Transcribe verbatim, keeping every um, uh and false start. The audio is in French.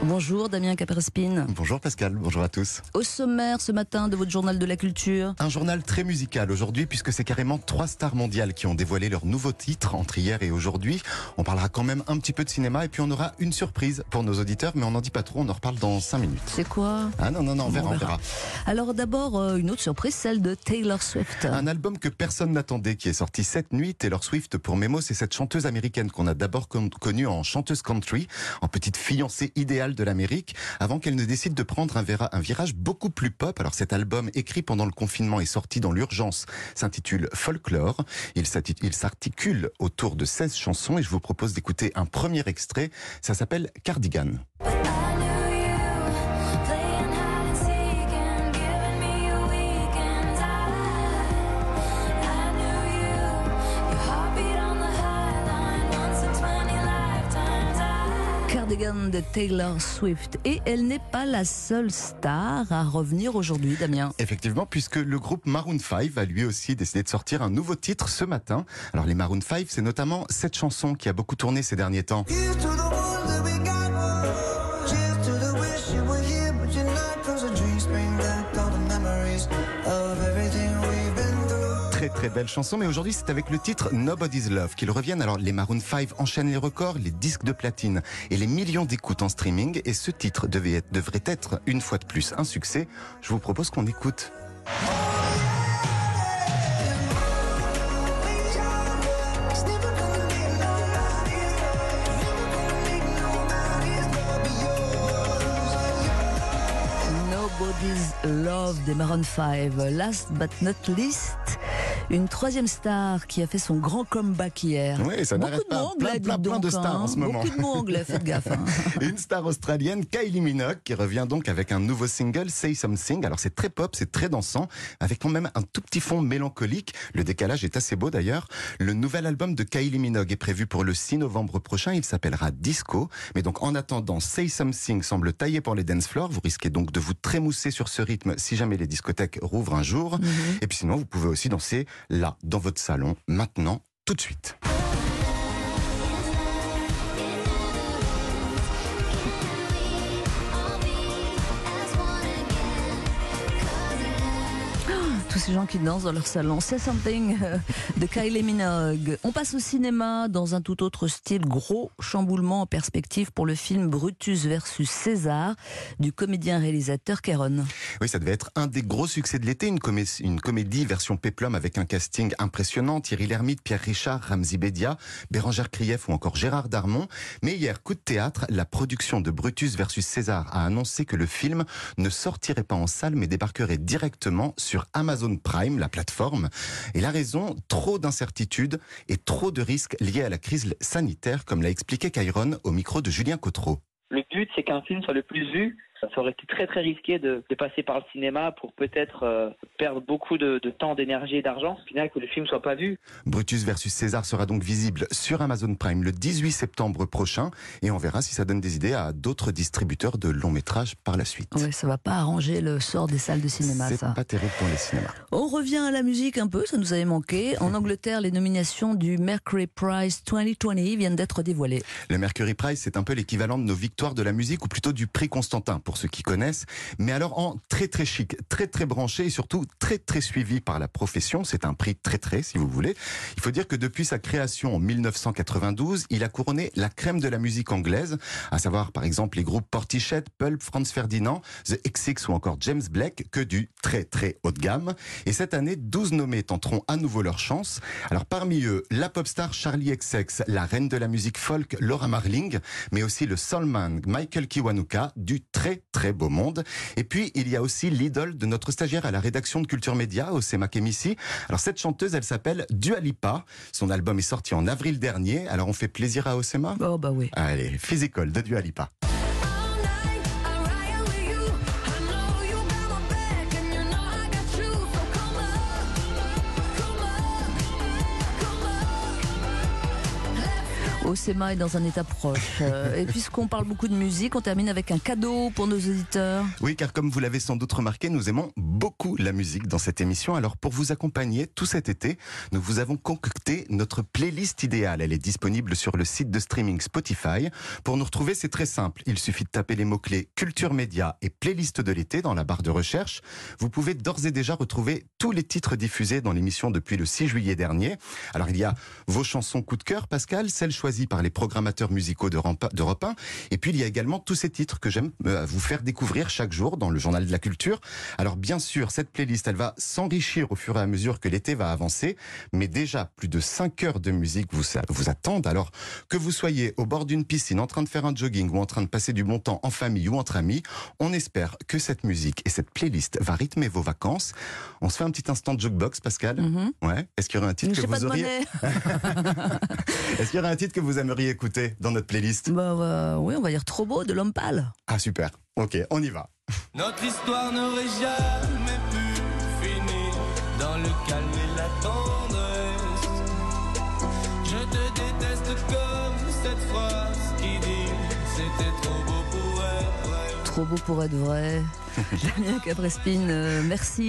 Bonjour Damien Caperspin. Bonjour Pascal, bonjour à tous. Au sommaire ce matin de votre journal de la culture. Un journal très musical aujourd'hui puisque c'est carrément trois stars mondiales qui ont dévoilé leur nouveau titre entre hier et aujourd'hui. On parlera quand même un petit peu de cinéma et puis on aura une surprise pour nos auditeurs, mais on n'en dit pas trop, on en reparle dans cinq minutes. C'est quoi? Ah non, non, non, on verra, on verra. Alors d'abord, euh, une autre surprise, celle de Taylor Swift. Un album que personne n'attendait qui est sorti cette nuit. Taylor Swift, pour mémo, c'est cette chanteuse américaine qu'on a d'abord con- connue en chanteuse country, en petite fiancée idéale de l'Amérique, avant qu'elle ne décide de prendre un, vera- un virage beaucoup plus pop. Alors cet album, écrit pendant le confinement et sorti dans l'urgence, s'intitule Folklore. Il, s'atti- il s'articule autour de seize chansons et je vous propose d'écouter un premier extrait. Ça s'appelle Cardigan. Cardigan de Taylor Swift. Et elle n'est pas la seule star à revenir aujourd'hui, Damien. Effectivement, puisque le groupe Maroon cinq a lui aussi décidé de sortir un nouveau titre ce matin. Alors les Maroon cinq, c'est notamment cette chanson qui a beaucoup tourné ces derniers temps. Très très belle chanson, mais aujourd'hui c'est avec le titre Nobody's Love qu'ils reviennent. Alors les Maroon cinq enchaînent les records, les disques de platine et les millions d'écoutes en streaming, et ce titre devait être, devrait être une fois de plus un succès. Je vous propose qu'on écoute. Nobody's Love des Maroon cinq. Last but not least, une troisième star qui a fait son grand comeback hier. Oui, ça n'arrête pas. Beaucoup de mots anglais, Plein, plein, dis plein donc, de stars hein. en ce moment. Beaucoup de mots anglais, faites gaffe. Hein. Une star australienne, Kylie Minogue, qui revient donc avec un nouveau single, Say Something. Alors c'est très pop, c'est très dansant, avec quand même un tout petit fond mélancolique. Le décalage est assez beau d'ailleurs. Le nouvel album de Kylie Minogue est prévu pour le six novembre prochain. Il s'appellera Disco. Mais donc en attendant, Say Something semble taillé pour les dance floors. Vous risquez donc de vous trémousser sur ce rythme si jamais les discothèques rouvrent un jour. Mm-hmm. Et puis sinon, vous pouvez aussi danser là, dans votre salon, maintenant, tout de suite. Tous ces gens qui dansent dans leur salon. C'est Something de Kylie Minogue. On passe au cinéma dans un tout autre style. Gros chamboulement en perspective pour le film Brutus versus César du comédien-réalisateur Kéron. Oui, ça devait être un des gros succès de l'été. Une, comé- une comédie version péplum avec un casting impressionnant. Thierry Lhermitte, Pierre Richard, Ramzy Bedia, Bérangère Krief ou encore Gérard Darmon. Mais hier, coup de théâtre, la production de Brutus versus César a annoncé que le film ne sortirait pas en salle mais débarquerait directement sur Amazon Prime, la plateforme. Et la raison, trop d'incertitudes et trop de risques liés à la crise sanitaire, comme l'a expliqué Kyron au micro de Julien Cotreau. Le but, c'est qu'un film soit le plus vu. Ça aurait été très très risqué de, de passer par le cinéma pour peut-être euh, perdre beaucoup de, de temps, d'énergie et d'argent, au final que le film soit pas vu. Brutus versus César sera donc visible sur Amazon Prime le dix-huit septembre prochain, et on verra si ça donne des idées à d'autres distributeurs de longs métrages par la suite. Ouais, ça va pas arranger le sort des salles de cinéma, C'est ça. pas terrible pour les cinémas. On revient à la musique un peu, ça nous avait manqué. En Angleterre, les nominations du Mercury Prize vingt vingt viennent d'être dévoilées. Le Mercury Prize, c'est un peu l'équivalent de nos victoires de la musique, ou plutôt du prix Constantin, pour ceux qui connaissent. Mais alors en très très chic, très très branché et surtout très très suivi par la profession. C'est un prix très très, si vous voulez. Il faut dire que depuis sa création en mille neuf cent quatre-vingt-douze, il a couronné la crème de la musique anglaise, à savoir par exemple les groupes Portichet, Pulp, Franz Ferdinand, The X X ou encore James Blake, que du très très haut de gamme. Et cette année, douze nommés tenteront à nouveau leur chance. Alors parmi eux, la pop star Charlie X C X, la reine de la musique folk Laura Marling, mais aussi le soulman Michael Kiwanuka, du très très beau monde. Et puis, il y a aussi l'idole de notre stagiaire à la rédaction de Culture Média, Osema Kemissi. Alors, cette chanteuse, elle s'appelle Dua Lipa. Son album est sorti en avril dernier. Alors, on fait plaisir à Osema ? Oh, bah oui. Allez, Physical de Dua Lipa. Osema est dans un état proche. Euh, et puisqu'on parle beaucoup de musique, on termine avec un cadeau pour nos auditeurs. Oui, car comme vous l'avez sans doute remarqué, nous aimons beaucoup la musique dans cette émission. Alors pour vous accompagner tout cet été, nous vous avons concocté notre playlist idéale. Elle est disponible sur le site de streaming Spotify. Pour nous retrouver, c'est très simple. Il suffit de taper les mots-clés culture média et playlist de l'été dans la barre de recherche. Vous pouvez d'ores et déjà retrouver tous les titres diffusés dans l'émission depuis le six juillet dernier. Alors il y a vos chansons coup de cœur, Pascal, celles choisies par les programmateurs musicaux d'Europe un. Et puis il y a également tous ces titres que j'aime vous faire découvrir chaque jour dans le Journal de la Culture. Alors bien sûr, cette playlist, elle va s'enrichir au fur et à mesure que l'été va avancer, mais déjà plus de cinq heures de musique vous, vous attendent. Alors que vous soyez au bord d'une piscine, en train de faire un jogging ou en train de passer du bon temps en famille ou entre amis, on espère que cette musique et cette playlist va rythmer vos vacances. On se fait un petit instant de jukebox, Pascal. Mm-hmm. Ouais. Est-ce qu'il y aurait un titre que vous auriez Est-ce qu'il y aurait un titre que vous aimeriez écouter dans notre playlist? Bah euh, oui, on va dire Trop beau de L'Homme Pâle. Ah super, ok, on y va. Notre histoire n'aurait jamais pu finir dans le calme et la tendresse. Je te déteste comme cette phrase qui dit c'était trop beau pour être vrai. Trop beau pour être vrai. Damien Caprespine, euh, merci.